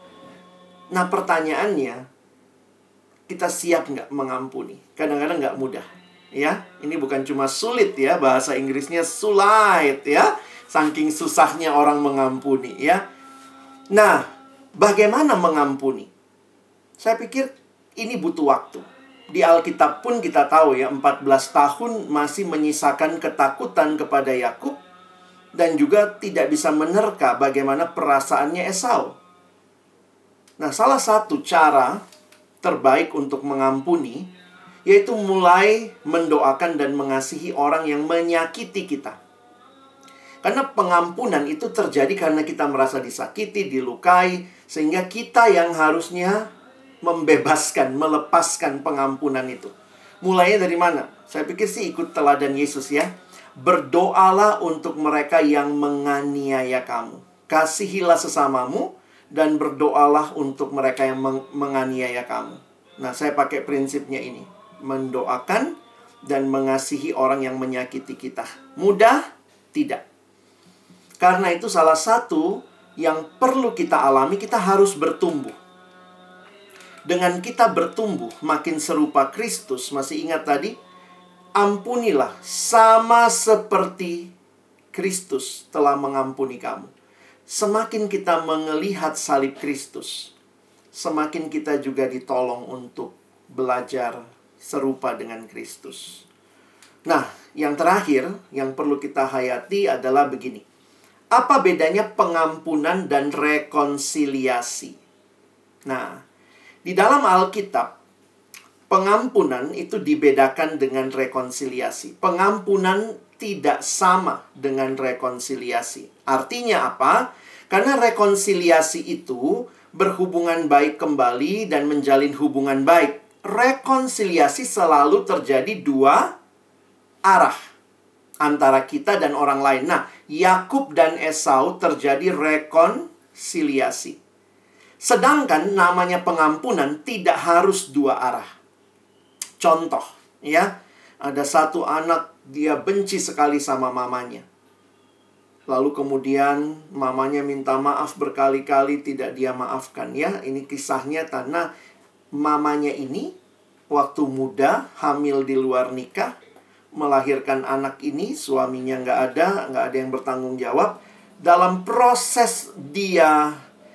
Nah pertanyaannya, kita siap nggak mengampuni? Kadang-kadang nggak mudah. Ya, ini bukan cuma sulit ya, bahasa Inggrisnya sulit ya. Saking susahnya orang mengampuni ya. Nah, bagaimana mengampuni? Saya pikir ini butuh waktu. Di Alkitab pun kita tahu ya, empat belas tahun masih menyisakan ketakutan kepada Yakub. Dan juga tidak bisa menerka bagaimana perasaannya Esau. Nah, salah satu cara terbaik untuk mengampuni, yaitu mulai mendoakan dan mengasihi orang yang menyakiti kita. Karena pengampunan itu terjadi karena kita merasa disakiti, dilukai, sehingga kita yang harusnya membebaskan, melepaskan pengampunan itu. Mulainya dari mana? Saya pikir sih ikut teladan Yesus ya. Berdoalah untuk mereka yang menganiaya kamu. Kasihilah sesamamu dan berdoalah untuk mereka yang meng menganiaya kamu. Nah, saya pakai prinsipnya ini. Mendoakan dan mengasihi orang yang menyakiti kita. Mudah? Tidak. Karena itu salah satu yang perlu kita alami, kita harus bertumbuh. Dengan kita bertumbuh makin serupa Kristus, masih ingat tadi? Ampunilah sama seperti Kristus telah mengampuni kamu. Semakin kita melihat salib Kristus, semakin kita juga ditolong untuk belajar serupa dengan Kristus. Nah, yang terakhir yang perlu kita hayati adalah begini. Apa bedanya pengampunan dan rekonsiliasi? Nah, di dalam Alkitab, pengampunan itu dibedakan dengan rekonsiliasi. Pengampunan tidak sama dengan rekonsiliasi. Artinya apa? Karena rekonsiliasi itu berhubungan baik kembali dan menjalin hubungan baik. Rekonsiliasi selalu terjadi dua arah antara kita dan orang lain. Nah, Yakub dan Esau terjadi rekonsiliasi. Sedangkan namanya pengampunan tidak harus dua arah. Contoh, ya, ada satu anak dia benci sekali sama mamanya. Lalu kemudian mamanya minta maaf berkali-kali, tidak dia maafkan ya. Ini kisahnya karena mamanya ini waktu muda hamil di luar nikah, melahirkan anak ini, suaminya nggak ada, nggak ada yang bertanggung jawab. Dalam proses dia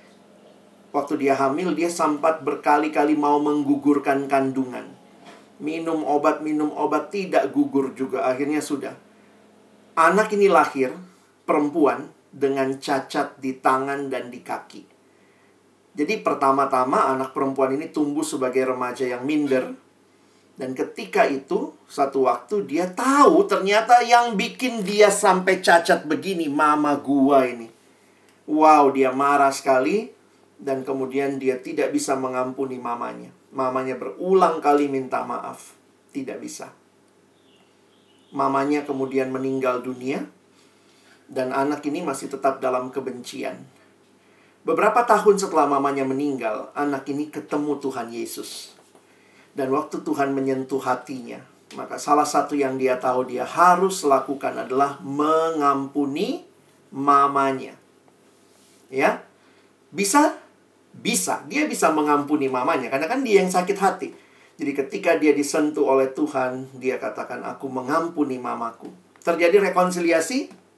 waktu dia hamil, dia sempat berkali-kali mau menggugurkan kandungan. Minum obat, minum obat, tidak gugur juga. Akhirnya sudah. Anak ini lahir, perempuan, dengan cacat di tangan dan di kaki. Jadi pertama-tama anak perempuan ini tumbuh sebagai remaja yang minder. Dan ketika itu, satu waktu dia tahu ternyata yang bikin dia sampai cacat begini, mama gua ini. Wow, dia marah sekali. Dan kemudian dia tidak bisa mengampuni mamanya. Mamanya berulang kali minta maaf. Tidak bisa. Mamanya kemudian meninggal dunia. Dan anak ini masih tetap dalam kebencian. Beberapa tahun setelah mamanya meninggal, anak ini ketemu Tuhan Yesus. Dan waktu Tuhan menyentuh hatinya, maka salah satu yang dia tahu dia harus lakukan adalah mengampuni mamanya. Ya, bisa? Bisa, dia bisa mengampuni mamanya karena kan dia yang sakit hati. Jadi ketika dia disentuh oleh Tuhan, dia katakan, aku mengampuni mamaku. Terjadi rekonsiliasi?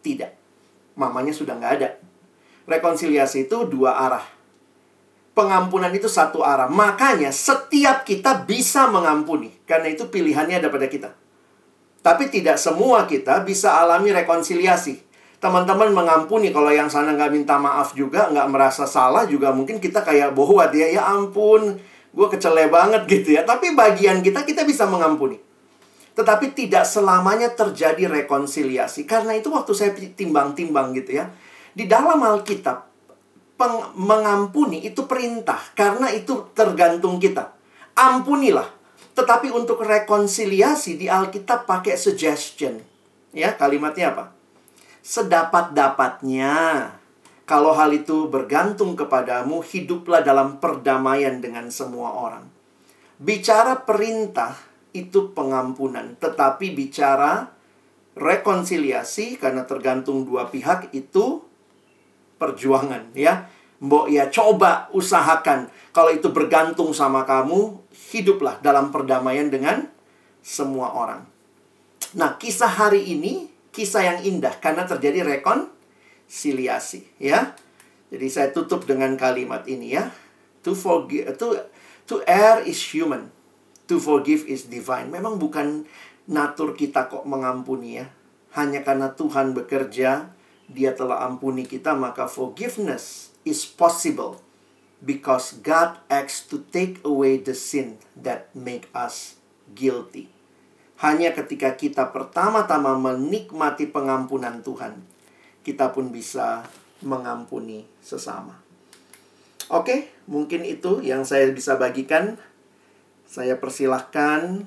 Tidak. Mamanya sudah nggak ada. Rekonsiliasi itu dua arah. Pengampunan itu satu arah. Makanya setiap kita bisa mengampuni. Karena itu pilihannya ada pada kita. Tapi tidak semua kita bisa alami rekonsiliasi. Teman-teman mengampuni, kalau yang sana nggak minta maaf juga, nggak merasa salah juga, mungkin kita kayak bohwat ya. Ya ampun, gue kecele banget gitu ya. Tapi bagian kita, kita bisa mengampuni. Tetapi tidak selamanya terjadi rekonsiliasi. Karena itu waktu saya timbang-timbang gitu ya. Di dalam Alkitab, Peng, mengampuni itu perintah. Karena itu tergantung kita. Ampunilah. Tetapi untuk rekonsiliasi di Alkitab pakai suggestion. Ya, kalimatnya apa? Sedapat-dapatnya. Kalau hal itu bergantung kepadamu, hiduplah dalam perdamaian dengan semua orang. Bicara perintah itu pengampunan. Tetapi bicara rekonsiliasi, karena tergantung dua pihak, itu perjuangan, ya. Mbok ya coba usahakan. Kalau itu bergantung sama kamu, hiduplah dalam perdamaian dengan semua orang. Nah, kisah hari ini kisah yang indah karena terjadi rekonsiliasi, ya. Jadi saya tutup dengan kalimat ini, ya. To forgive, to to err is human. To forgive is divine. Memang bukan natur kita kok mengampuni, ya. Hanya karena Tuhan bekerja, Dia telah ampuni kita, maka forgiveness is possible because God acts to take away the sin that make us guilty. Hanya ketika kita pertama-tama menikmati pengampunan Tuhan, kita pun bisa mengampuni sesama. Oke, mungkin itu yang saya bisa bagikan. Saya persilahkan.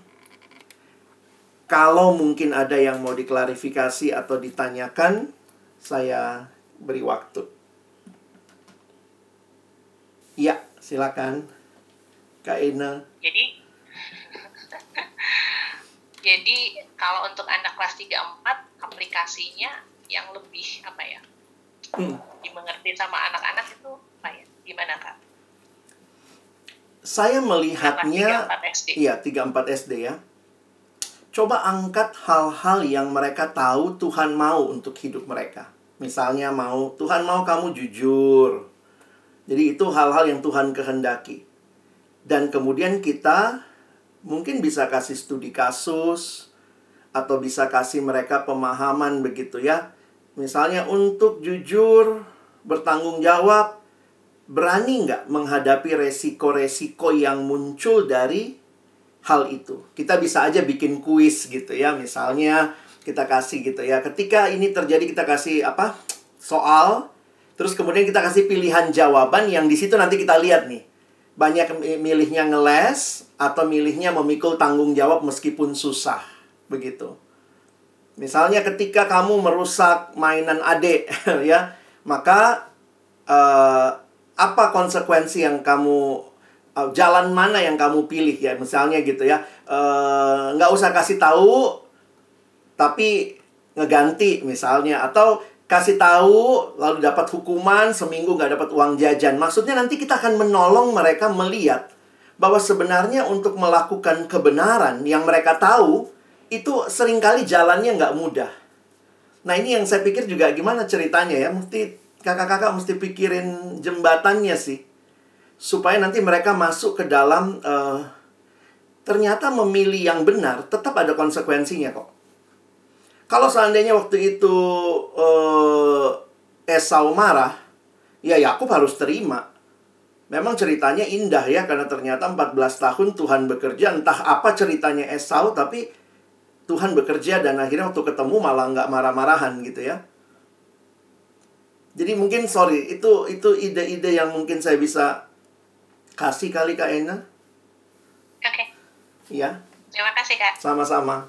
Kalau mungkin ada yang mau diklarifikasi atau ditanyakan, saya beri waktu. Ya, silakan. Kak Ina. Jadi, jadi kalau untuk anak kelas tiga empat, aplikasinya yang lebih, apa ya, hmm. dimengerti sama anak-anak itu, apa ya, gimana Kak? Saya melihatnya, iya, tiga empat S D ya. Coba angkat hal-hal yang mereka tahu Tuhan mau untuk hidup mereka. Misalnya mau, Tuhan mau kamu jujur. Jadi itu hal-hal yang Tuhan kehendaki. Dan kemudian kita mungkin bisa kasih studi kasus, atau bisa kasih mereka pemahaman begitu ya. Misalnya untuk jujur, bertanggung jawab, berani nggak menghadapi resiko-resiko yang muncul dari hal itu. Kita bisa aja bikin kuis gitu ya. Misalnya kita kasih gitu ya. Ketika ini terjadi kita kasih apa? Soal. Terus kemudian kita kasih pilihan jawaban yang di situ nanti kita lihat nih. Banyak milihnya ngeles atau milihnya memikul tanggung jawab meskipun susah. Begitu. Misalnya ketika kamu merusak mainan adik ya, maka uh, apa konsekuensi yang kamu uh, jalan mana yang kamu pilih ya, misalnya gitu ya. Uh, nggak usah kasih tahu tapi ngeganti misalnya, atau kasih tahu lalu dapat hukuman seminggu nggak dapat uang jajan. Maksudnya nanti kita akan menolong mereka melihat bahwa sebenarnya untuk melakukan kebenaran yang mereka tahu itu seringkali jalannya nggak mudah. Nah ini yang saya pikir juga gimana ceritanya ya, mesti kakak-kakak mesti pikirin jembatannya sih, supaya nanti mereka masuk ke dalam uh, ternyata memilih yang benar tetap ada konsekuensinya kok. Kalau seandainya waktu itu uh, Esau marah, ya Yakub harus terima. Memang ceritanya indah ya, karena ternyata empat belas tahun Tuhan bekerja. Entah apa ceritanya Esau, tapi Tuhan bekerja dan akhirnya waktu ketemu malah nggak marah-marahan gitu ya. Jadi mungkin sorry, itu itu ide-ide yang mungkin saya bisa kasih kali Kak Ena. Oke. Okay. Iya. Terima kasih Kak. Sama-sama.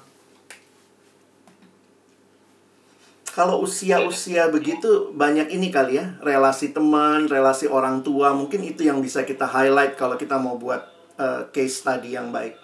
Kalau usia-usia begitu banyak ini kali ya, relasi teman, relasi orang tua, mungkin itu yang bisa kita highlight kalau kita mau buat uh, case study yang baik.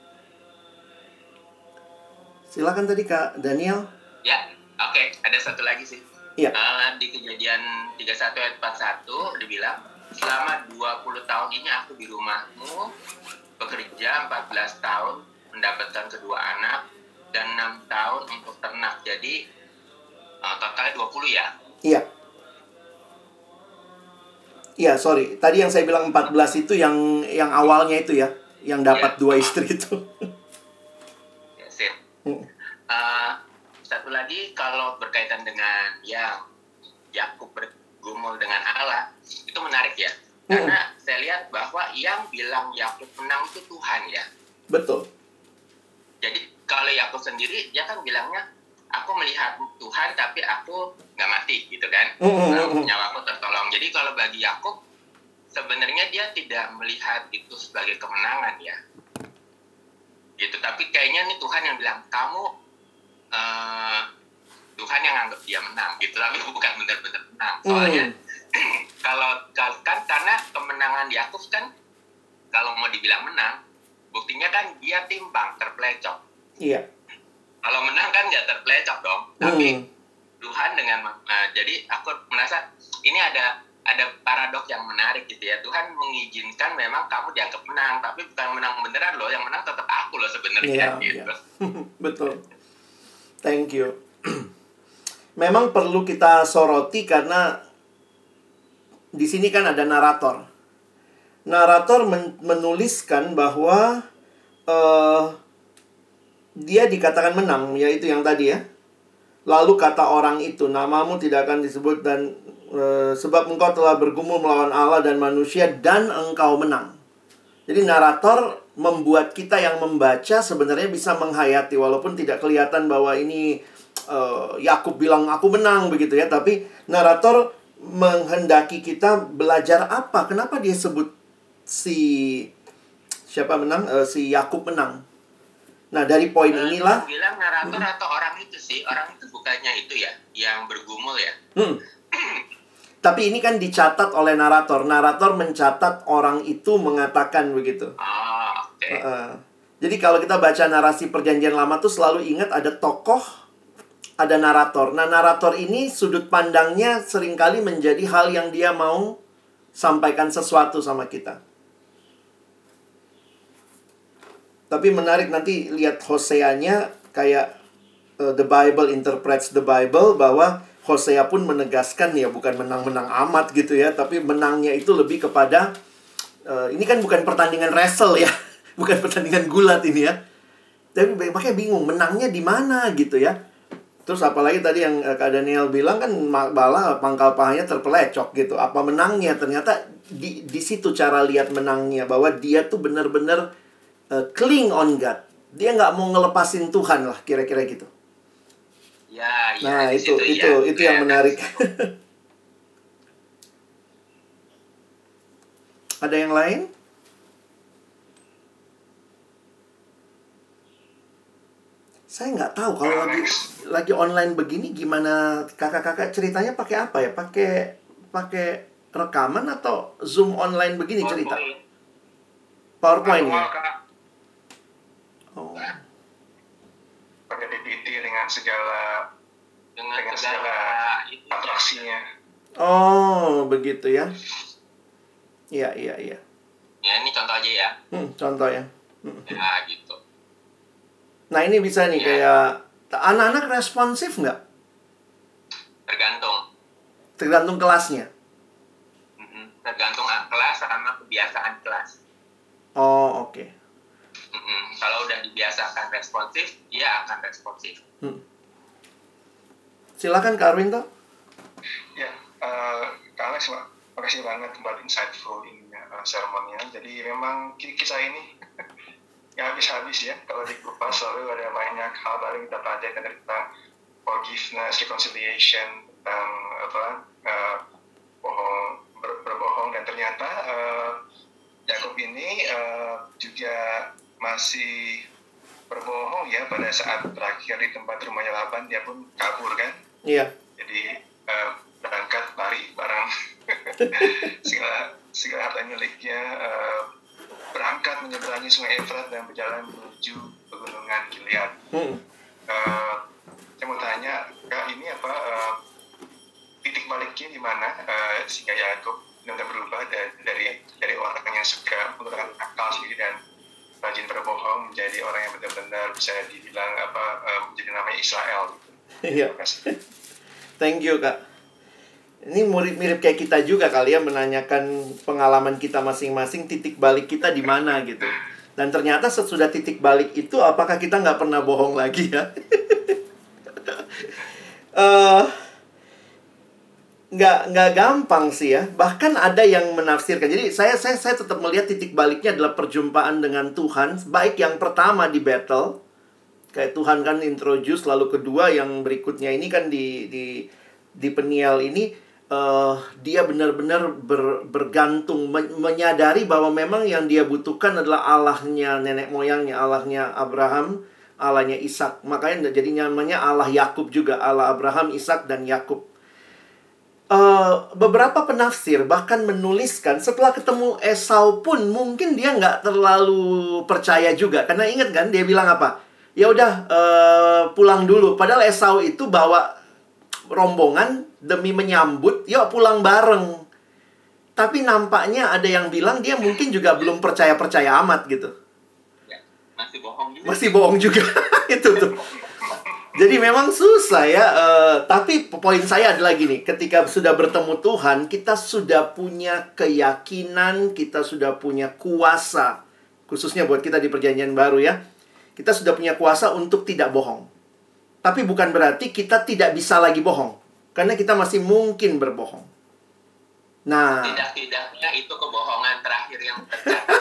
Silakan tadi Kak Daniel. Ya, oke. Okay. Ada satu lagi sih. Ya. Uh, di Kejadian tiga puluh satu ayat empat puluh satu dibilang, selama dua puluh tahun ini aku di rumahmu bekerja empat belas tahun mendapatkan kedua anak dan enam tahun untuk ternak. Jadi Uh, totalnya dua puluh ya? Iya. Iya, sorry. Tadi yang saya bilang empat belas itu yang yang awalnya itu ya, yang dapat Ya. dua istri itu. Ya, sip. Hmm. Uh, satu lagi kalau berkaitan dengan yang Yakub bergumul dengan Allah, itu menarik ya. Karena hmm. saya lihat bahwa yang bilang Yakub menang itu Tuhan ya. Betul. Jadi kalau Yakub sendiri, dia kan bilangnya, aku melihat Tuhan tapi aku nggak mati gitu kan. Mm-hmm. Nyawaku tertolong. Jadi kalau bagi Yakub sebenarnya dia tidak melihat itu sebagai kemenangan ya. Gitu. Tapi kayaknya nih Tuhan yang bilang kamu uh, Tuhan yang anggap dia menang gitu. Tapi bukan benar-benar menang. Soalnya mm. kalau kan karena kemenangan Yakub kan kalau mau dibilang menang, buktinya kan dia timbang terpelecok. Iya. Kalau menang kan nggak terpelecok dong, hmm. tapi Tuhan dengan uh, jadi aku merasa ini ada ada paradok yang menarik gitu ya. Tuhan mengizinkan memang kamu dianggap menang, tapi bukan menang beneran loh. Yang menang tetap aku loh sebenarnya. Iya, gitu. Iya. Betul. Thank you. Memang perlu kita soroti karena di sini kan ada narator. Narator men- menuliskan bahwa uh, dia dikatakan menang, yaitu yang tadi ya. Lalu kata orang itu, namamu tidak akan disebut dan e, sebab engkau telah bergumul melawan Allah dan manusia dan engkau menang. Jadi narator membuat kita yang membaca sebenarnya bisa menghayati walaupun tidak kelihatan bahwa ini e, Yakub bilang aku menang begitu ya, tapi narator menghendaki kita belajar apa? Kenapa dia sebut si siapa menang? E, si Yakub menang. Nah, dari poin inilah bilang narator hmm. atau orang itu sih, orang itu bukannya itu ya, yang bergumul ya. Hmm. Tapi ini kan dicatat oleh narator. Narator mencatat orang itu mengatakan begitu. Oh, oke. Okay. Uh, jadi kalau kita baca narasi Perjanjian Lama tuh selalu ingat ada tokoh, ada narator. Nah, narator ini sudut pandangnya seringkali menjadi hal yang dia mau sampaikan sesuatu sama kita. Tapi menarik nanti lihat Hosea-nya kayak uh, The Bible interprets the Bible, bahwa Hosea pun menegaskan ya bukan menang-menang amat gitu ya, tapi menangnya itu lebih kepada uh, ini kan bukan pertandingan wrestle ya, bukan pertandingan gulat ini ya. Tapi makanya bingung menangnya di mana gitu ya. Terus apalagi tadi yang uh, Kak Daniel bilang kan malah pangkal pahanya terpelecok gitu. Apa menangnya? Ternyata di di situ cara lihat menangnya, bahwa dia tuh benar-benar Uh, cling on God. Dia nggak mau ngelepasin Tuhan lah, kira-kira gitu. Ya, ya. Nah, itu situ, itu ya. itu yang ya, menarik. Ada yang lain? Saya nggak tahu kalau lagi lagi online begini gimana kakak-kakak ceritanya pakai apa ya? Pakai pakai rekaman atau Zoom online begini cerita? PowerPoint ya? Oh. Pakai P P T dengan segala dengan, dengan segala, segala atraksinya. Oh, begitu ya? Iya, iya, iya. Ya, ini contoh aja ya. Hmm, contoh ya. Hmm. Ya, gitu. Nah, ini bisa nih ya. kayak anak-anak responsif nggak? Tergantung. Tergantung kelasnya. Mm-hmm. Tergantung kelas sama kebiasaan kelas. Oh, oke. Okay. Mm-hmm. Kalau udah dibiasakan responsif, dia akan responsif. Hmm. Silakan Kak Arwin toh. Ya, uh, Kak Alex, makasih banget buat insightful ini uh, sermonnya. Jadi memang kisah ini nggak habis-habis ya. Kalau dikupas selalu ada banyak hal baru yang kita pelajari tentang forgiveness, reconciliation, tentang apa uh, bohong, ber, berbohong, dan ternyata uh, Yakub ini uh, juga masih berbohong ya pada saat terakhir di tempat rumahnya Laban, dia pun kabur kan? Iya. Jadi uh, berangkat lari barang segala segala harta miliknya, uh, berangkat menyeberangi sungai Efrat dan berjalan menuju pegunungan Gilead. Hmm. Uh, saya mau tanya Kak, ini apa uh, titik baliknya di mana uh, sehingga Yakub benar-benar berubah dari, dari dari orang yang suka menggunakan akal sendiri dan rajin berbohong menjadi orang yang benar-benar bisa dibilang apa uh, menjadi namanya Israel. Iya. Thank you, Kak. Ini mirip-mirip kayak kita juga kali ya, menanyakan pengalaman kita masing-masing, titik balik kita di mana gitu. Dan ternyata sesudah titik balik itu, apakah kita nggak pernah bohong lagi ya? uh, nggak nggak gampang sih ya. Bahkan ada yang menafsirkan. Jadi saya saya saya tetap melihat titik baliknya adalah perjumpaan dengan Tuhan. Baik yang pertama di battle, kayak Tuhan kan introduce, lalu kedua yang berikutnya ini kan di di di Peniel ini. Uh, dia benar-benar ber, bergantung, men menyadari bahwa memang yang dia butuhkan adalah Allahnya nenek moyangnya, Allahnya Abraham, Allahnya Ishak. Makanya jadi namanya Allah Yakub juga, Allah Abraham, Ishak, dan Yakub. Uh, beberapa penafsir bahkan menuliskan setelah ketemu Esau pun mungkin dia nggak terlalu percaya juga, karena ingat kan dia bilang apa? Ya udah uh, pulang dulu. Padahal Esau itu bawa rombongan demi menyambut, yuk pulang bareng. Tapi nampaknya ada yang bilang dia mungkin juga belum percaya-percaya amat gitu. Ya, masih bohong juga. Masih bohong juga. Itu tuh. Jadi memang susah ya. Uh, tapi poin saya adalah gini, ketika sudah bertemu Tuhan, kita sudah punya keyakinan, kita sudah punya kuasa. Khususnya buat kita di Perjanjian Baru ya. Kita sudah punya kuasa untuk tidak bohong. Tapi bukan berarti kita tidak bisa lagi bohong. Karena kita masih mungkin berbohong. Nah. Tidak-tidaknya itu kebohongan terakhir yang tercatat.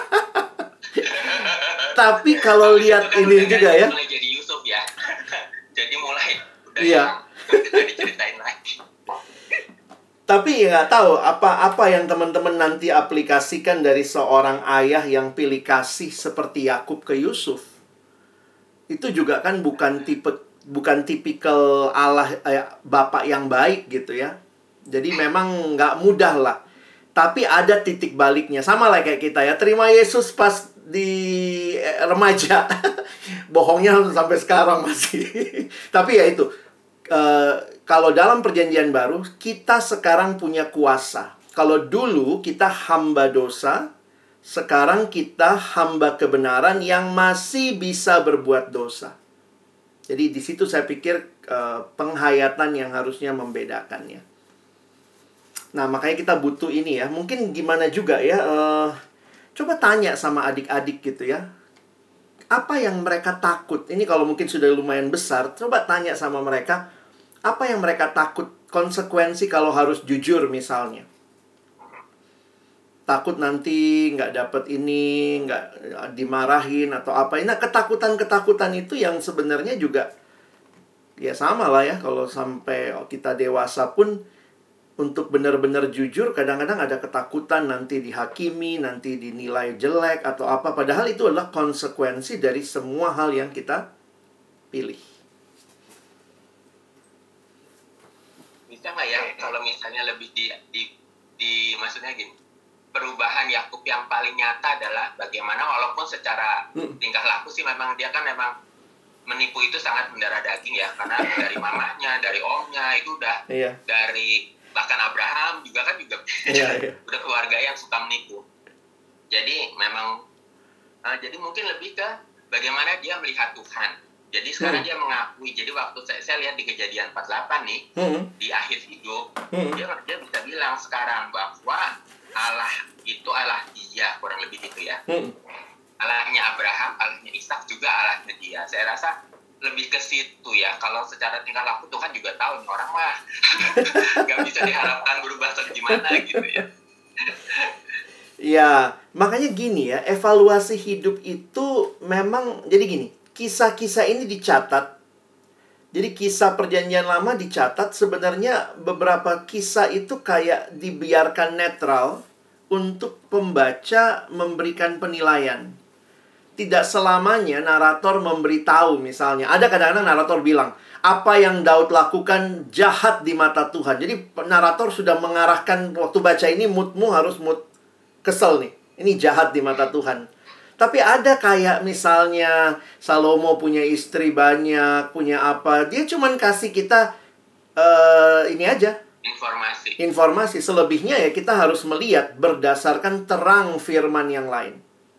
Tapi kalau lihat kan ini juga ya. Mulai jadi Yusuf ya. Jadi mulai. Udah iya. Kita diceritain lagi. Tapi ya nggak tahu apa-apa yang teman-teman nanti aplikasikan dari seorang ayah yang pilih kasih seperti Yakub ke Yusuf. Itu juga kan bukan tipe bukan tipikal Allah eh, bapak yang baik gitu ya. Jadi memang nggak mudah lah. Tapi ada titik baliknya. Sama lah kayak kita ya. Terima Yesus pas di eh, remaja. Bohongnya sampai sekarang masih. Tapi ya itu. Uh, kalau dalam Perjanjian Baru, kita sekarang punya kuasa. Kalau dulu kita hamba dosa, sekarang kita hamba kebenaran yang masih bisa berbuat dosa. Jadi di situ saya pikir uh, penghayatan yang harusnya membedakannya. Nah, makanya kita butuh ini ya. Mungkin gimana juga ya, uh, coba tanya sama adik-adik gitu ya. Apa yang mereka takut? Ini kalau mungkin sudah lumayan besar, coba tanya sama mereka. Apa yang mereka takut? Konsekuensi kalau harus jujur misalnya. Takut nanti nggak dapet ini, nggak dimarahin atau apa. Nah, ketakutan-ketakutan itu yang sebenarnya juga ya sama lah ya. Kalau sampai kita dewasa pun untuk benar-benar jujur, kadang-kadang ada ketakutan nanti dihakimi, nanti dinilai jelek atau apa. Padahal itu adalah konsekuensi dari semua hal yang kita pilih. Bisa nggak ya kalau misalnya lebih di, di, di maksudnya gini, perubahan Yakub yang paling nyata adalah bagaimana walaupun secara hmm. tingkah laku sih memang dia kan memang menipu itu sangat mendarah daging ya, karena dari mamahnya, dari omnya itu udah iya. dari bahkan Abraham juga kan juga iya, iya. udah keluarga yang suka menipu. Jadi memang uh, jadi mungkin lebih ke bagaimana dia melihat Tuhan. Jadi sekarang hmm. dia mengakui. Jadi waktu saya, saya lihat di Kejadian empat puluh delapan nih, hmm. di akhir hidup, hmm. dia, dia bisa bilang sekarang bahwa Allah itu Allah dia, kurang lebih gitu ya. Hmm. Allahnya Abraham, Allahnya Ishak juga Allahnya dia. Saya rasa lebih ke situ ya. Kalau secara tingkah laku Tuhan juga tahu nih orang mah gak bisa diharapkan berubah gimana gitu ya. Ya, makanya gini ya, evaluasi hidup itu memang jadi gini. Kisah-kisah ini dicatat. Jadi kisah Perjanjian Lama dicatat. Sebenarnya beberapa kisah itu kayak dibiarkan netral untuk pembaca memberikan penilaian. Tidak selamanya narator memberitahu misalnya. Ada kadang-kadang narator bilang, apa yang Daud lakukan jahat di mata Tuhan. Jadi narator sudah mengarahkan, waktu baca ini moodmu harus mood kesel nih. Ini jahat di mata Tuhan. Tapi ada kayak misalnya Salomo punya istri banyak, punya apa. Dia cuman kasih kita uh, ini aja. Informasi. Informasi. Selebihnya ya kita harus melihat berdasarkan terang firman yang lain.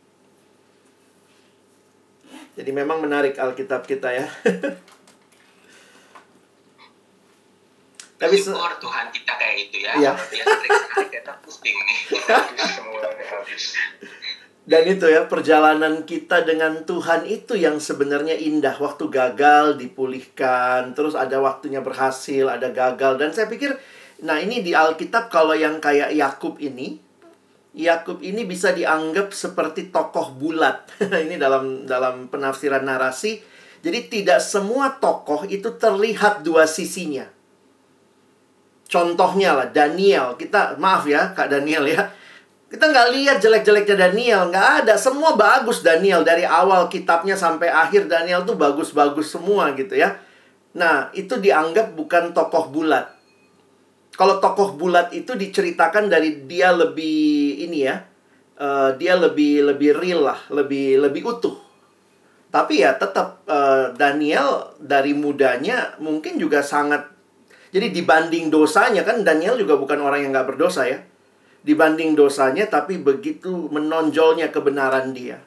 Jadi memang menarik Alkitab kita ya. Tapi se- syukur Tuhan kita kayak itu ya. Iya. Kalau dia sering kita pusing nih. Habis semua habis. Dan itu ya, perjalanan kita dengan Tuhan itu yang sebenarnya indah. Waktu gagal dipulihkan, terus ada waktunya berhasil, ada gagal. Dan saya pikir, nah ini di Alkitab kalau yang kayak Yakub ini, Yakub ini bisa dianggap seperti tokoh bulat. Ini dalam dalam penafsiran narasi. Jadi tidak semua tokoh itu terlihat dua sisinya. Contohnya lah, Daniel. Kita, maaf ya Kak Daniel ya. Kita nggak lihat jelek-jeleknya Daniel. Nggak ada. Semua bagus Daniel. Dari awal kitabnya sampai akhir Daniel tuh bagus-bagus semua gitu ya. Nah, itu dianggap bukan tokoh bulat. Kalau tokoh bulat itu diceritakan dari dia lebih ini ya. Uh, dia lebih lebih real lah. Lebih, lebih utuh. Tapi ya tetap uh, Daniel dari mudanya mungkin juga sangat. Jadi dibanding dosanya kan Daniel juga bukan orang yang nggak berdosa ya. Dibanding dosanya, tapi begitu menonjolnya kebenaran dia.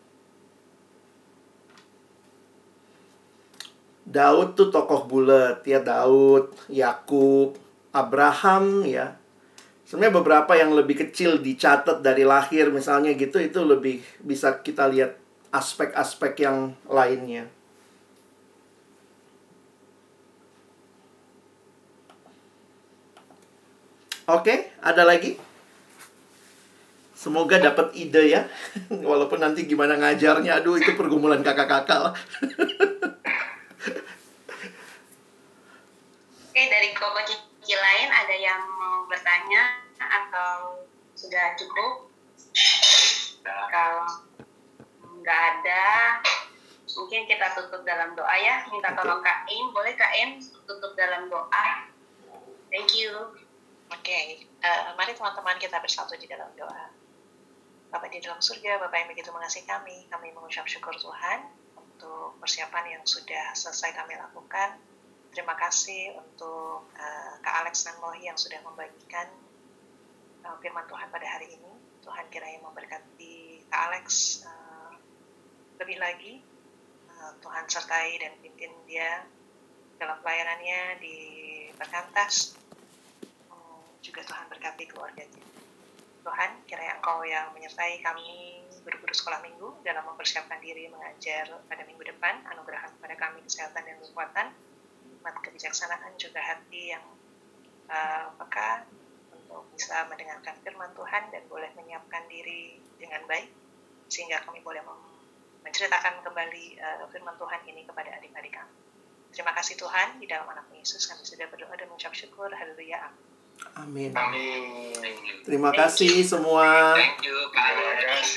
Daud tuh tokoh bulat, ya Daud, Yakub, Abraham, ya. Sebenarnya beberapa yang lebih kecil dicatat dari lahir, misalnya gitu, itu lebih bisa kita lihat aspek-aspek yang lainnya. Oke, ada lagi? Semoga dapat ide ya. Walaupun nanti gimana ngajarnya, aduh itu pergumulan kakak-kakak lah. Oke, dari Koko Kiki lain ada yang mau bertanya atau sudah cukup? Kalau nggak ada, mungkin kita tutup dalam doa ya. Minta tolong Kak Im, boleh Kak Im tutup dalam doa? Thank you. Oke, okay. uh, mari teman-teman kita bersatu di dalam doa. Bapa di dalam surga, Bapa yang begitu mengasihi kami, kami mengucap syukur Tuhan untuk persiapan yang sudah selesai kami lakukan. Terima kasih untuk uh, Kak Alex dan Mohi yang sudah membagikan uh, firman Tuhan pada hari ini. Tuhan kiranya memberkati Kak Alex uh, lebih lagi. Uh, Tuhan sertai dan pimpin dia dalam pelayanannya di Perkantas. Uh, juga Tuhan berkati keluarganya. Tuhan, kiranya Engkau yang menyertai kami guru-guru sekolah minggu dalam mempersiapkan diri mengajar pada minggu depan. Anugerahkan kepada kami kesehatan dan kekuatan, hikmat kebijaksanaan, juga hati yang uh, peka untuk bisa mendengarkan firman Tuhan dan boleh menyiapkan diri dengan baik, sehingga kami boleh menceritakan kembali uh, firman Tuhan ini kepada adik-adik kami. Terima kasih Tuhan, di dalam anak Yesus kami sudah berdoa dan mengucap syukur. Haleluya. Amin. Amin. Terima kasih semua. Thank you, Kak. Terima kasih.